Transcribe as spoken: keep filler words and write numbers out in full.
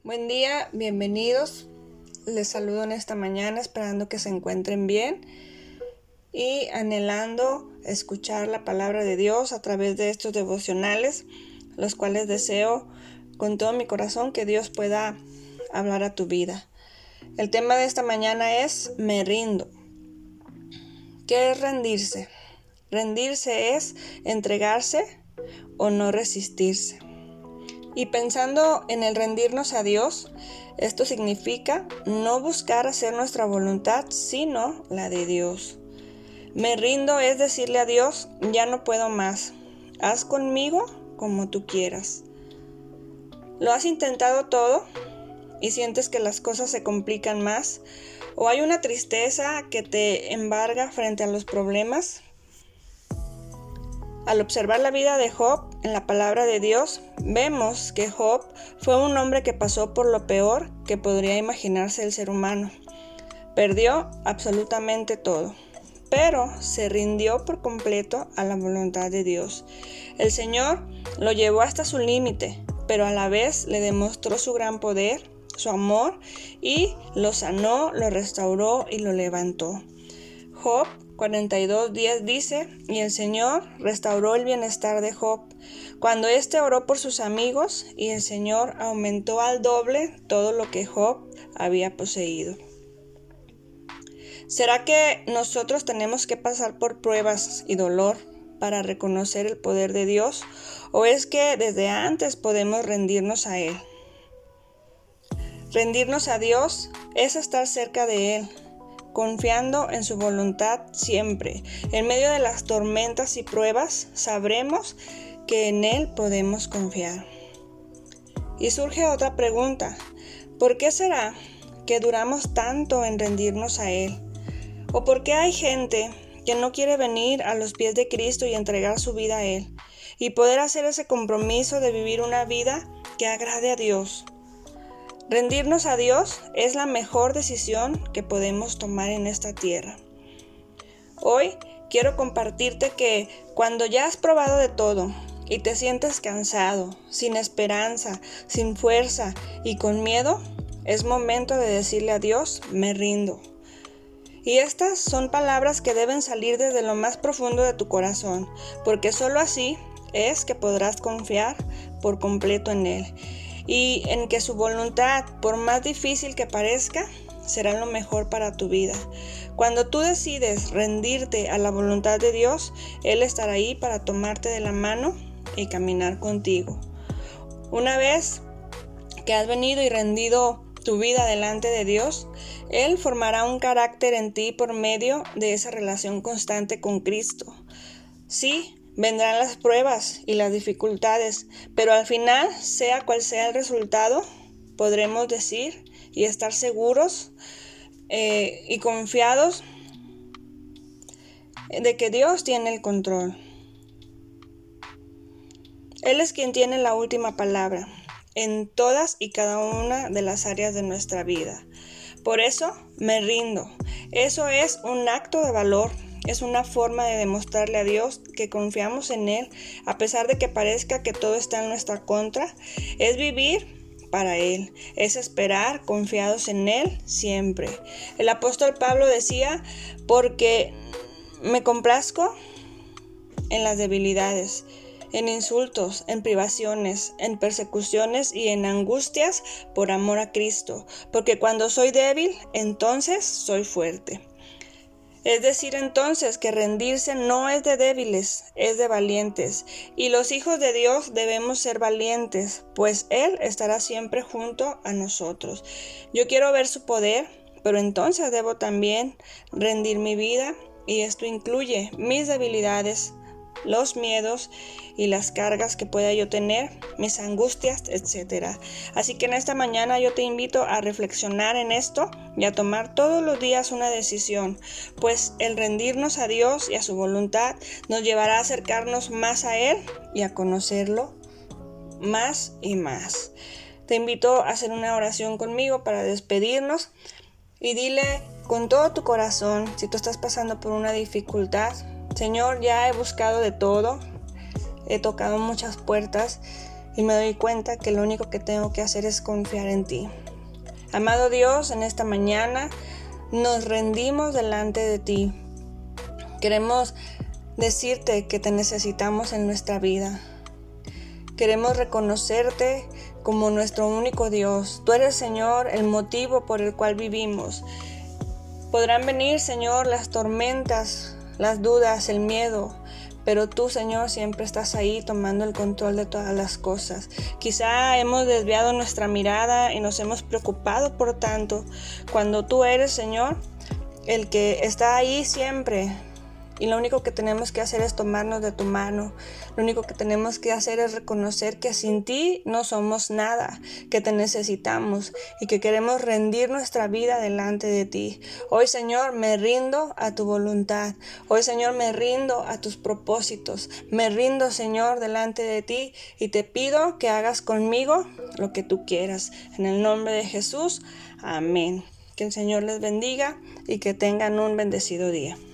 Buen día, bienvenidos. Les saludo en esta mañana esperando que se encuentren bien y anhelando escuchar la palabra de Dios a través de estos devocionales, los cuales deseo con todo mi corazón que Dios pueda hablar a tu vida. El tema de esta mañana es me rindo. ¿Qué es rendirse? Rendirse es entregarse o no resistirse. Y pensando en el rendirnos a Dios, esto significa no buscar hacer nuestra voluntad, sino la de Dios. Me rindo es decirle a Dios, ya no puedo más, haz conmigo como tú quieras. ¿Lo has intentado todo y sientes que las cosas se complican más? ¿O hay una tristeza que te embarga frente a los problemas? Al observar la vida de Job en la palabra de Dios, vemos que Job fue un hombre que pasó por lo peor que podría imaginarse el ser humano. Perdió absolutamente todo, pero se rindió por completo a la voluntad de Dios. El Señor lo llevó hasta su límite, pero a la vez le demostró su gran poder, su amor, y lo sanó, lo restauró y lo levantó. Job cuarenta y dos diez dice, y el Señor restauró el bienestar de Job, cuando éste oró por sus amigos, y el Señor aumentó al doble todo lo que Job había poseído. ¿Será que nosotros tenemos que pasar por pruebas y dolor para reconocer el poder de Dios? ¿O es que desde antes podemos rendirnos a Él? Rendirnos a Dios es estar cerca de Él, confiando en su voluntad siempre. En medio de las tormentas y pruebas, sabremos que en Él podemos confiar. Y surge otra pregunta: ¿por qué será que duramos tanto en rendirnos a Él? ¿O por qué hay gente que no quiere venir a los pies de Cristo y entregar su vida a Él, y poder hacer ese compromiso de vivir una vida que agrade a Dios? Rendirnos a Dios es la mejor decisión que podemos tomar en esta tierra. Hoy quiero compartirte que cuando ya has probado de todo y te sientes cansado, sin esperanza, sin fuerza y con miedo, es momento de decirle a Dios, me rindo. Y estas son palabras que deben salir desde lo más profundo de tu corazón, porque solo así es que podrás confiar por completo en Él. Y en que su voluntad, por más difícil que parezca, será lo mejor para tu vida. Cuando tú decides rendirte a la voluntad de Dios, Él estará ahí para tomarte de la mano y caminar contigo. Una vez que has venido y rendido tu vida delante de Dios, Él formará un carácter en ti por medio de esa relación constante con Cristo. Sí, vendrán las pruebas y las dificultades, pero al final, sea cual sea el resultado, podremos decir y estar seguros eh, y confiados de que Dios tiene el control. Él es quien tiene la última palabra en todas y cada una de las áreas de nuestra vida. Por eso me rindo. Eso es un acto de valor. Es una forma de demostrarle a Dios que confiamos en Él, a pesar de que parezca que todo está en nuestra contra. Es vivir para Él, es esperar confiados en Él siempre. El apóstol Pablo decía, porque me complazco en las debilidades, en insultos, en privaciones, en persecuciones y en angustias por amor a Cristo, porque cuando soy débil, entonces soy fuerte. Es decir, entonces, que rendirse no es de débiles, es de valientes. Y los hijos de Dios debemos ser valientes, pues Él estará siempre junto a nosotros. Yo quiero ver su poder, pero entonces debo también rendir mi vida, y esto incluye mis debilidades, los miedos y las cargas que pueda yo tener, mis angustias, etcétera. Así que en esta mañana yo te invito a reflexionar en esto y a tomar todos los días una decisión, pues el rendirnos a Dios y a su voluntad nos llevará a acercarnos más a Él y a conocerlo más y más. Te invito a hacer una oración conmigo para despedirnos y dile con todo tu corazón, si tú estás pasando por una dificultad: Señor, ya he buscado de todo, he tocado muchas puertas y me doy cuenta que lo único que tengo que hacer es confiar en ti. Amado Dios, en esta mañana nos rendimos delante de ti. Queremos decirte que te necesitamos en nuestra vida. Queremos reconocerte como nuestro único Dios. Tú eres, Señor, el motivo por el cual vivimos. Podrán venir, Señor, las tormentas, las dudas, el miedo, pero tú, Señor, siempre estás ahí tomando el control de todas las cosas. Quizá hemos desviado nuestra mirada y nos hemos preocupado por tanto, cuando tú eres, Señor, el que está ahí siempre. Y lo único que tenemos que hacer es tomarnos de tu mano. Lo único que tenemos que hacer es reconocer que sin ti no somos nada, que te necesitamos y que queremos rendir nuestra vida delante de ti. Hoy, Señor, me rindo a tu voluntad. Hoy, Señor, me rindo a tus propósitos. Me rindo, Señor, delante de ti y te pido que hagas conmigo lo que tú quieras. En el nombre de Jesús, amén. Que el Señor les bendiga y que tengan un bendecido día.